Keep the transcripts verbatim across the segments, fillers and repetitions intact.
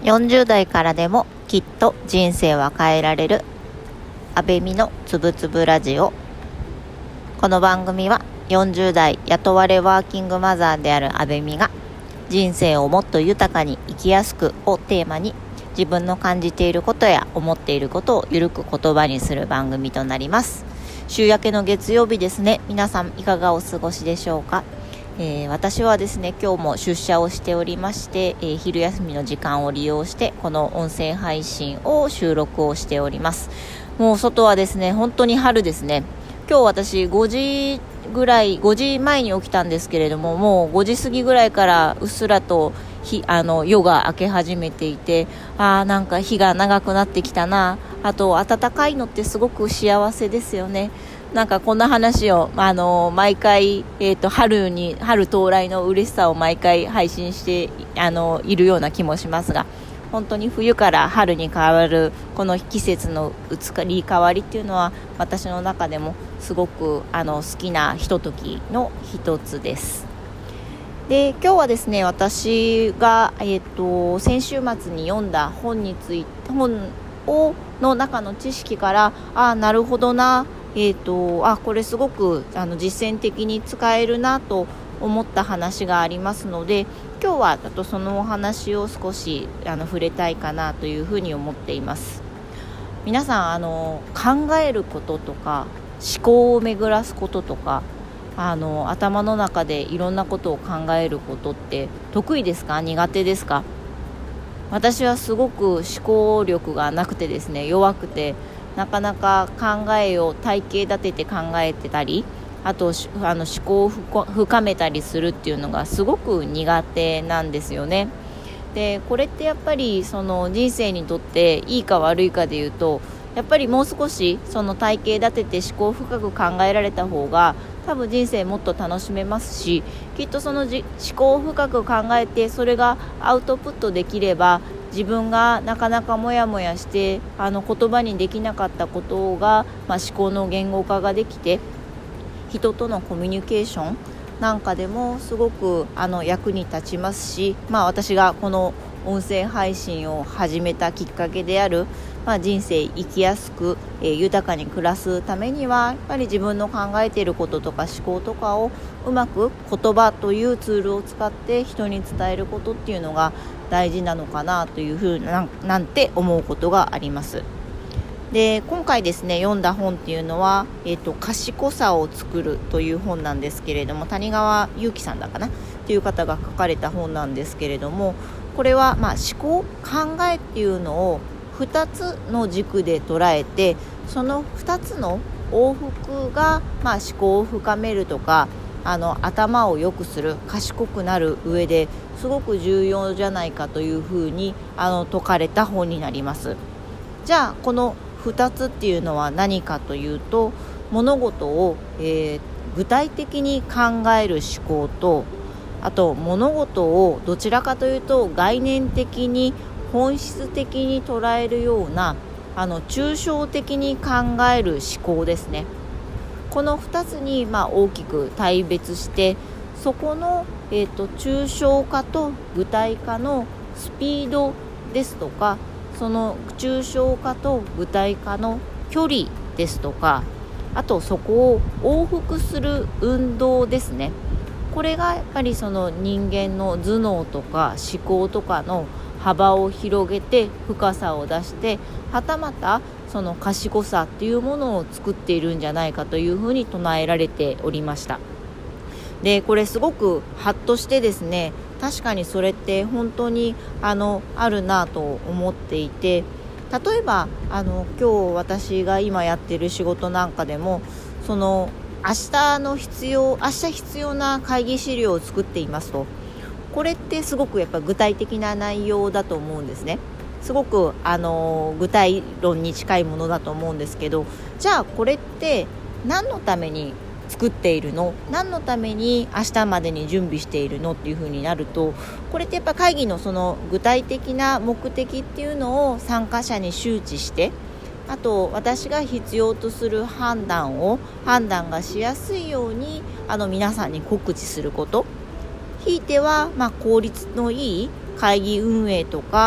よんじゅう代からでもきっと人生は変えられるあべみのつぶつぶラジオ。この番組はよんじゅう代雇われワーキングマザーであるあべみが人生をもっと豊かに生きやすくをテーマに自分の感じていることや思っていることをゆるく言葉にする番組となります。週明けの月曜日ですね。皆さんいかがお過ごしでしょうか。えー、私はですね今日も出社をしておりまして、えー、昼休みの時間を利用してこの音声配信を収録をしております。もう外はですね本当に春ですね。今日私ごじぐらいごじまえに起きたんですけれども、もうごじ過ぎぐらいからうっすらと日あの夜が明け始めていて、あーなんか日が長くなってきたな。あと暖かいのってすごく幸せですよね。なんかこんな話をあの毎回、えーと、春に春到来の嬉しさを毎回配信してあのいるような気もしますが、本当に冬から春に変わるこの季節の移り変わりっていうのは私の中でもすごくあの好きなひとときの一つです。で今日はですね私が、えーと、先週末に読んだ本について本をの中の知識からあなるほどなえーと、あこれすごくあの実践的に使えるなと思った話がありますので、今日はちょっとそのお話を少しあの触れたいかなというふうに思っています。皆さんあの考えることとか思考を巡らすこととかあの頭の中でいろんなことを考えることって得意ですか？苦手ですか？私はすごく思考力がなくてですね弱くて、なかなか考えを体系立てて考えてたり、あとあの思考を深めたりするっていうのがすごく苦手なんですよね。でこれってやっぱりその人生にとっていいか悪いかでいうと、やっぱりもう少しその体系立てて思考を深く考えられた方が多分人生もっと楽しめますし、きっとそのじ思考を深く考えてそれがアウトプットできれば、自分がなかなかモヤモヤしてあの言葉にできなかったことが、まあ、思考の言語化ができて人とのコミュニケーションなんかでもすごくあの役に立ちますし、まあ、私がこの音声配信を始めたきっかけである、まあ、人生生きやすく、えー、豊かに暮らすためにはやっぱり自分の考えていることとか思考とかをうまく言葉というツールを使って人に伝えることっていうのが大事なのかなというふうな、なんて思うことがあります。で今回ですね読んだ本っていうのは、えーと、賢さを作るという本なんですけれども、谷川祐樹さんだかなっていう方が書かれた本なんですけれども、これはまあ思考考えっていうのをふたつの軸で捉えて、そのふたつの往復が、まあ、思考を深めるとかあの頭を良くする賢くなる上ですごく重要じゃないかというふうにあの説かれた本になります。じゃあこのふたつっていうのは何かというと、物事を、えー、具体的に考える思考と、あと物事をどちらかというと概念的に本質的に捉えるようなあの抽象的に考える思考ですね。このふたつに、まあ、大きく大別して、そこの、えーと、抽象化と具体化のスピードですとか、その抽象化と具体化の距離ですとか、あとそこを往復する運動ですね。これがやっぱりその人間の頭脳とか思考とかの幅を広げて深さを出して、はたまたその賢さっていうものを作っているんじゃないかというふうに唱えられておりました。でこれすごくハッとしてですね、確かにそれって本当にあのあるなと思っていて、例えばあの今日私が今やってる仕事なんかでも、その明日の必要明日必要な会議資料を作っていますと、これってすごくやっぱ具体的な内容だと思うんですね。すごくあの具体論に近いものだと思うんですけど、じゃあこれって何のために作っているの、何のために明日までに準備しているのっていう風になると、これってやっぱ会議のその具体的な目的っていうのを参加者に周知して、あと私が必要とする判断を判断がしやすいようにあの皆さんに告知すること、ひいてはまあ効率のいい会議運営とか、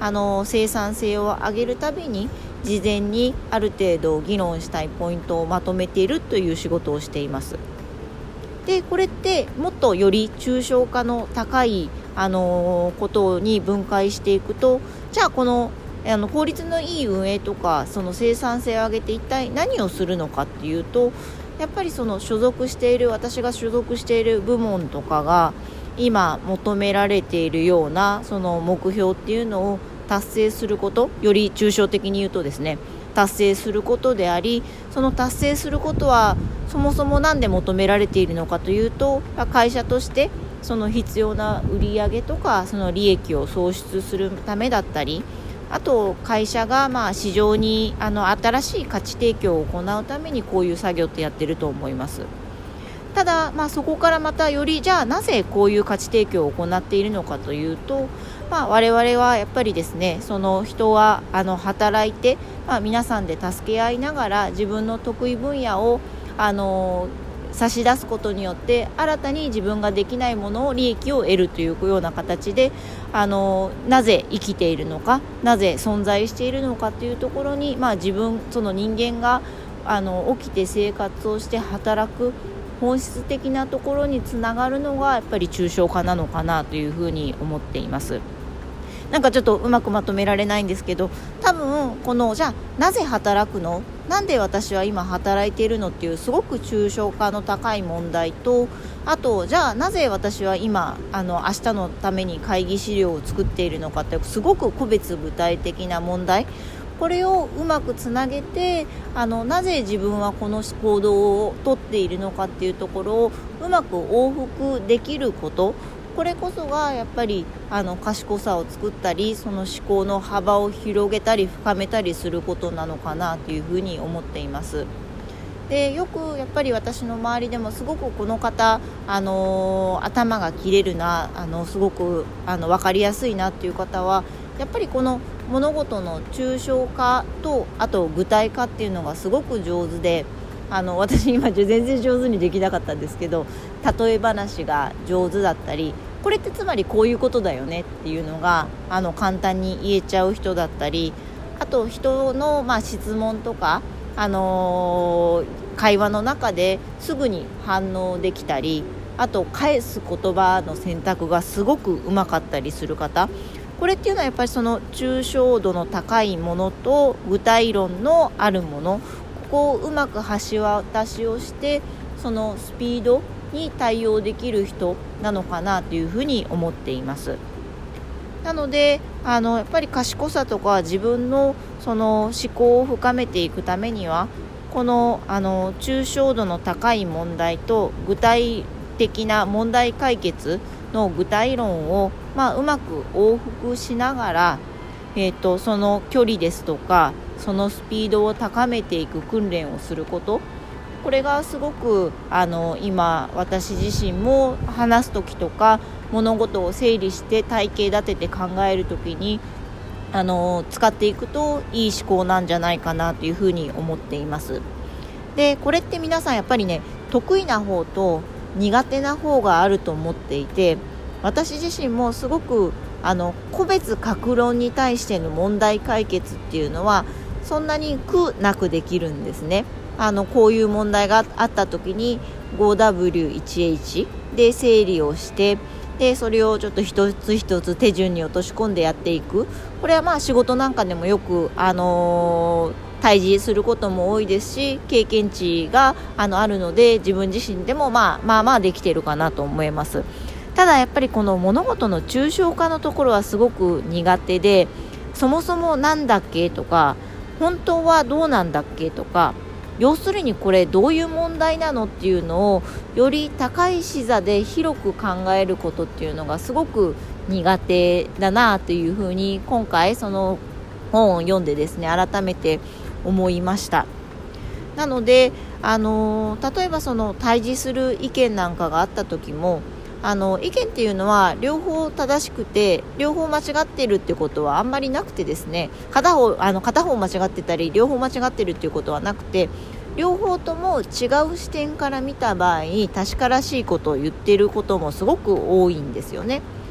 あの生産性を上げるたびに事前にある程度議論したいポイントをまとめているという仕事をしています。でこれってもっとより抽象化の高い、あのー、ことに分解していくと、じゃあこのあの効率のいい運営とかその生産性を上げて一体何をするのかっていうと、やっぱりその所属している私が所属している部門とかが今求められているようなその目標っていうのを達成すること、より抽象的に言うとですね、達成することであり、その達成することはそもそも何で求められているのかというと、会社としてその必要な売上とかその利益を創出するためだったり、あと会社がまあ市場にあの新しい価値提供を行うためにこういう作業ってやってると思います。ただ、まあ、そこからまたよりじゃあなぜこういう価値提供を行っているのかというと、まあ、我々はやっぱりですね、その人はあの働いて、まあ、皆さんで助け合いながら自分の得意分野をあの差し出すことによって新たに自分ができないものを利益を得るというような形で、あのなぜ生きているのか、なぜ存在しているのかというところに、まあ、自分その人間があの起きて生活をして働く本質的なところにつながるのがやっぱり抽象化なのかなというふうに思っています。なんかちょっとうまくまとめられないんですけど、多分このじゃあなぜ働くの、なんで私は今働いているのっていうすごく抽象化の高い問題と、あとじゃあなぜ私は今あの明日のために会議資料を作っているのかってすごく個別具体的な問題、これをうまくつなげて、あのなぜ自分はこの行動をとっているのかっていうところをうまく往復できること、これこそがやっぱりあの賢さを作ったり、その思考の幅を広げたり深めたりすることなのかなというふうに思っています。でよくやっぱり私の周りでもすごくこの方、あのー、頭が切れるな、あのすごくあの分かりやすいなっていう方は、やっぱりこの物事の抽象化とあと具体化っていうのがすごく上手で、あの私今全然上手にできなかったんですけど、例え話が上手だったり、これってつまりこういうことだよねっていうのがあの簡単に言えちゃう人だったり、あと人の、まあ、質問とか、あのー、会話の中ですぐに反応できたり、あと返す言葉の選択がすごくうまかったりする方、これっていうのはやっぱりその抽象度の高いものと具体論のあるもの、ここをうまく橋渡しをしてそのスピードに対応できる人なのかなというふうに思っています。なのであのやっぱり賢さとか自分のその思考を深めていくためには、このあの抽象度の高い問題と具体的な問題解決の具体論を、まあ、うまく往復しながら、えーと、その距離ですとかそのスピードを高めていく訓練をすること、これがすごくあの今私自身も話すときとか物事を整理して体系立てて考えるときにあの使っていくといい思考なんじゃないかなというふうに思っています。でこれって皆さんやっぱりね、得意な方と苦手な方があると思っていて、私自身もすごくあの個別各論に対しての問題解決っていうのはそんなに苦なくできるんですね。あのこういう問題があった時に ごダブリューワンエイチ で整理をして、でそれをちょっと一つ一つ手順に落とし込んでやっていく、これはまあ仕事なんかでもよく、あのー、対峙することも多いですし、経験値が あのあるので自分自身でもまあまあまあできているかなと思います。ただやっぱりこの物事の抽象化のところはすごく苦手で、そもそもなんだっけとか本当はどうなんだっけとか、要するにこれどういう問題なのっていうのをより高い視座で広く考えることっていうのがすごく苦手だなというふうに今回その本を読んでですね改めて思いました。なので、あのー、例えばその対峙する意見なんかがあった時も、あの意見っていうのは両方正しくて両方間違ってるってことはあんまりなくてですね、片方あの片方間違ってたり両方間違ってるっていうことはなくて、両方とも違う視点から見た場合確からしいことを言っていることもすごく多いんですよね。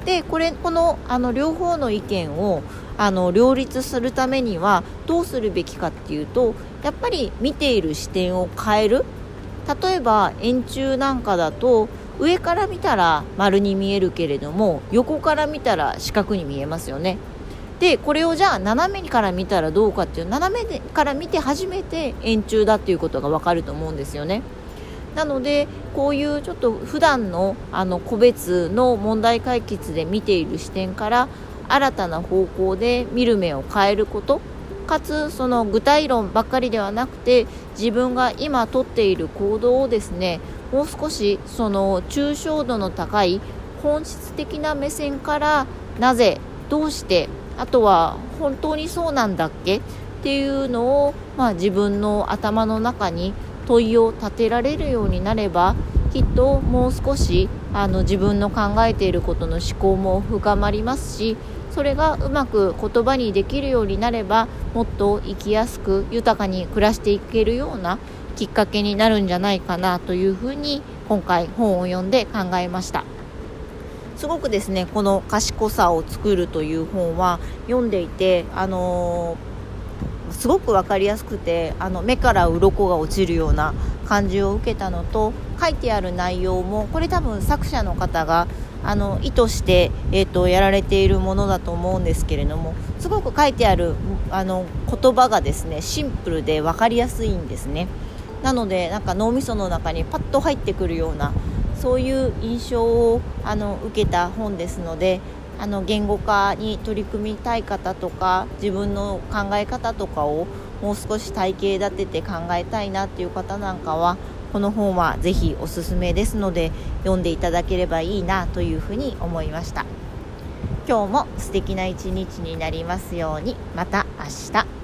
でこれこのあの両方の意見をあの両立するためにはどうするべきかっていうと、やっぱり見ている視点を変える。例えば円柱なんかだと上から見たら丸に見えるけれども横から見たら四角に見えますよね。でこれをじゃあ斜めから見たらどうかっていう、斜めから見て初めて円柱だっていうことが分かると思うんですよね。なのでこういうちょっと普段のあの個別の問題解決で見ている視点から新たな方向で見る目を変えること、かつその具体論ばっかりではなくて自分が今取っている行動をですね、もう少しその抽象度の高い本質的な目線から、なぜ、どうして、あとは本当にそうなんだっけっていうのを、まあ、自分の頭の中に問いを立てられるようになれば、きっともう少しあの自分の考えていることの思考も深まりますし、それがうまく言葉にできるようになれば、もっと生きやすく豊かに暮らしていけるようなきっかけになるんじゃないかなというふうに今回本を読んで考えました。すごくですね、この賢さを作るという本は読んでいて、あのーすごく分かりやすくて、あの目から鱗が落ちるような感じを受けたのと、書いてある内容もこれ多分作者の方があの意図して、えーと、やられているものだと思うんですけれども、すごく書いてあるあの言葉がですねシンプルで分かりやすいんですね。なのでなんか脳みその中にパッと入ってくるような、そういう印象をあの受けた本ですので、あの言語化に取り組みたい方とか、自分の考え方とかをもう少し体系立てて考えたいなっていう方なんかは、この本はぜひおすすめですので読んでいただければいいなというふうに思いました。今日も素敵な一日になりますように。また明日。